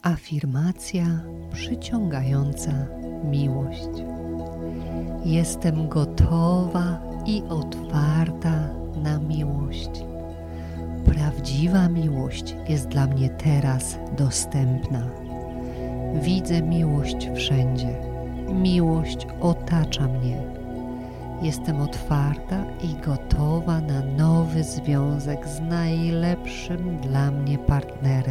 Afirmacja przyciągająca miłość. Jestem gotowa i otwarta na miłość. Prawdziwa miłość jest dla mnie teraz dostępna. Widzę miłość wszędzie. Miłość otacza mnie. Jestem otwarta i gotowa na nowy związek z najlepszym dla mnie partnerem.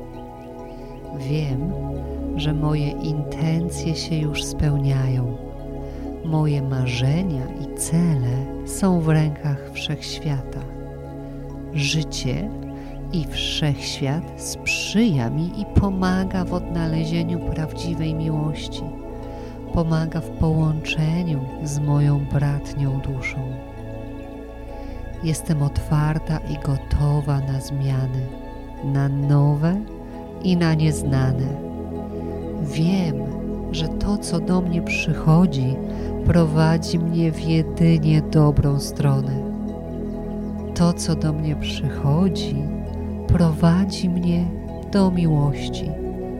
Wiem, że moje intencje się już spełniają. Moje marzenia i cele są w rękach Wszechświata. Życie i Wszechświat sprzyja mi i pomaga w odnalezieniu prawdziwej miłości. Pomaga w połączeniu z moją bratnią duszą. Jestem otwarta i gotowa na zmiany, na nowe i na nieznane. Wiem, że to, co do mnie przychodzi, prowadzi mnie w jedynie dobrą stronę. To, co do mnie przychodzi, prowadzi mnie do miłości.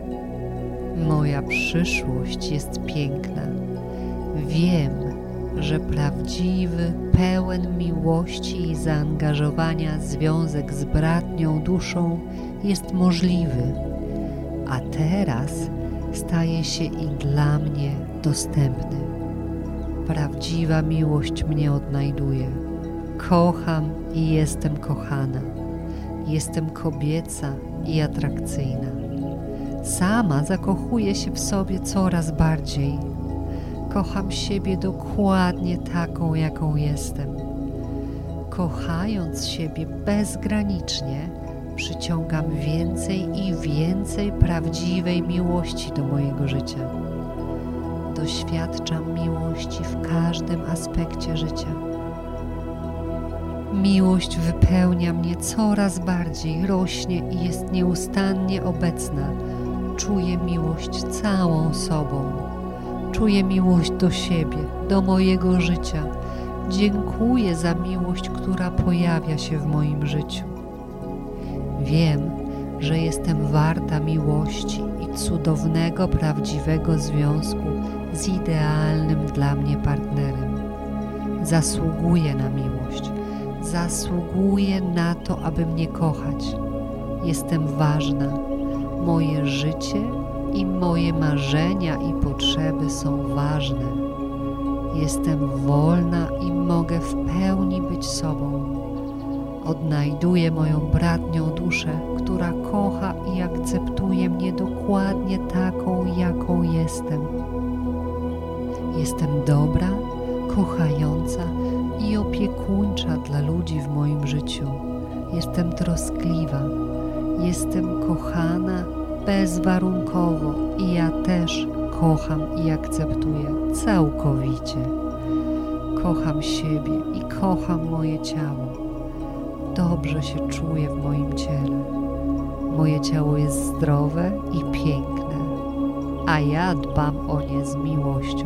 Moja przyszłość jest piękna. Wiem, że prawdziwy, pełen miłości i zaangażowania związek z bratnią duszą jest możliwy, a teraz staje się i dla mnie dostępny. Prawdziwa miłość mnie odnajduje. Kocham i jestem kochana. Jestem kobieca i atrakcyjna. Sama zakochuję się w sobie coraz bardziej. Kocham siebie dokładnie taką, jaką jestem. Kochając siebie bezgranicznie, przyciągam więcej i więcej prawdziwej miłości do mojego życia. Doświadczam miłości w każdym aspekcie życia. Miłość wypełnia mnie coraz bardziej, rośnie i jest nieustannie obecna. Czuję miłość całą sobą. Czuję miłość do siebie, do mojego życia. Dziękuję za miłość, która pojawia się w moim życiu. Wiem, że jestem warta miłości i cudownego, prawdziwego związku z idealnym dla mnie partnerem. Zasługuję na miłość. Zasługuję na to, aby mnie kochać. Jestem ważna. Moje życie i moje marzenia i potrzeby są ważne. Jestem wolna i mogę w pełni być sobą. Odnajduję moją bratnią duszę, która kocha i akceptuje mnie dokładnie taką, jaką jestem. Jestem dobra, kochająca i opiekuńcza dla ludzi w moim życiu. Jestem troskliwa. Jestem kochana bezwarunkowo i ja też kocham i akceptuję całkowicie. Kocham siebie i kocham moje ciało. Dobrze się czuję w moim ciele. Moje ciało jest zdrowe i piękne, a ja dbam o nie z miłością.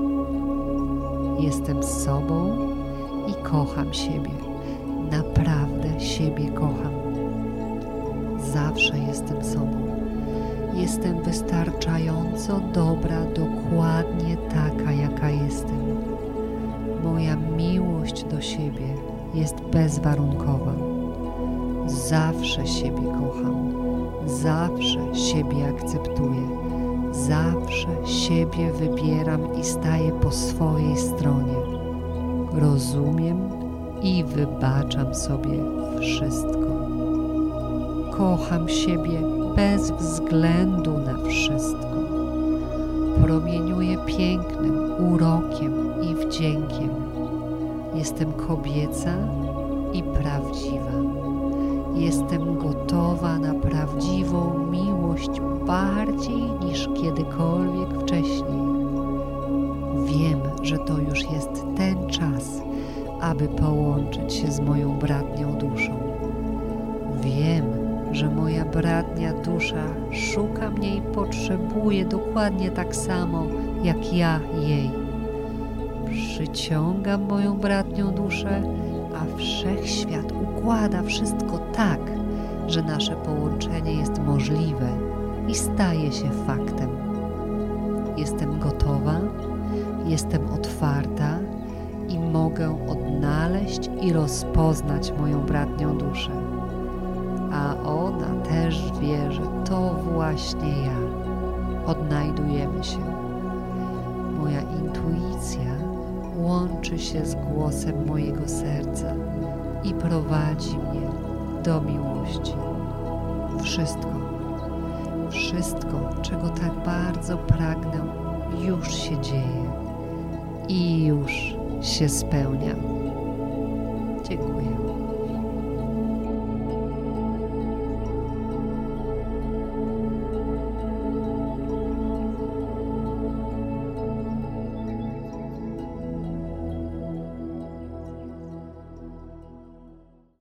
Jestem sobą i kocham siebie. Naprawdę siebie kocham. Zawsze jestem sobą. Jestem wystarczająco dobra, dokładnie taka, jaka jestem. Moja miłość do siebie jest bezwarunkowa. Zawsze siebie kocham. Zawsze siebie akceptuję. Zawsze siebie wybieram i staję po swojej stronie. Rozumiem i wybaczam sobie wszystko. Kocham siebie bez względu na wszystko. Promieniuję pięknem, urokiem i wdziękiem. Jestem kobieca i prawdziwa. Jestem gotowa na prawdziwą miłość bardziej niż kiedykolwiek wcześniej. Wiem, że to już jest ten czas, aby połączyć się z moją bratnią duszą. Wiem, że moja bratnia dusza szuka mnie i potrzebuje dokładnie tak samo, jak ja jej. Przyciągam moją bratnią duszę, a Wszechświat układa wszystko tak, że nasze połączenie jest możliwe i staje się faktem. Jestem gotowa, jestem otwarta i mogę odnaleźć i rozpoznać moją bratnią duszę. A ona też wie, że to właśnie ja. Odnajdujemy się. Moja intuicja łączy się z głosem mojego serca i prowadzi mnie do miłości. Wszystko, czego tak bardzo pragnę, już się dzieje i już się spełnia. Dziękuję.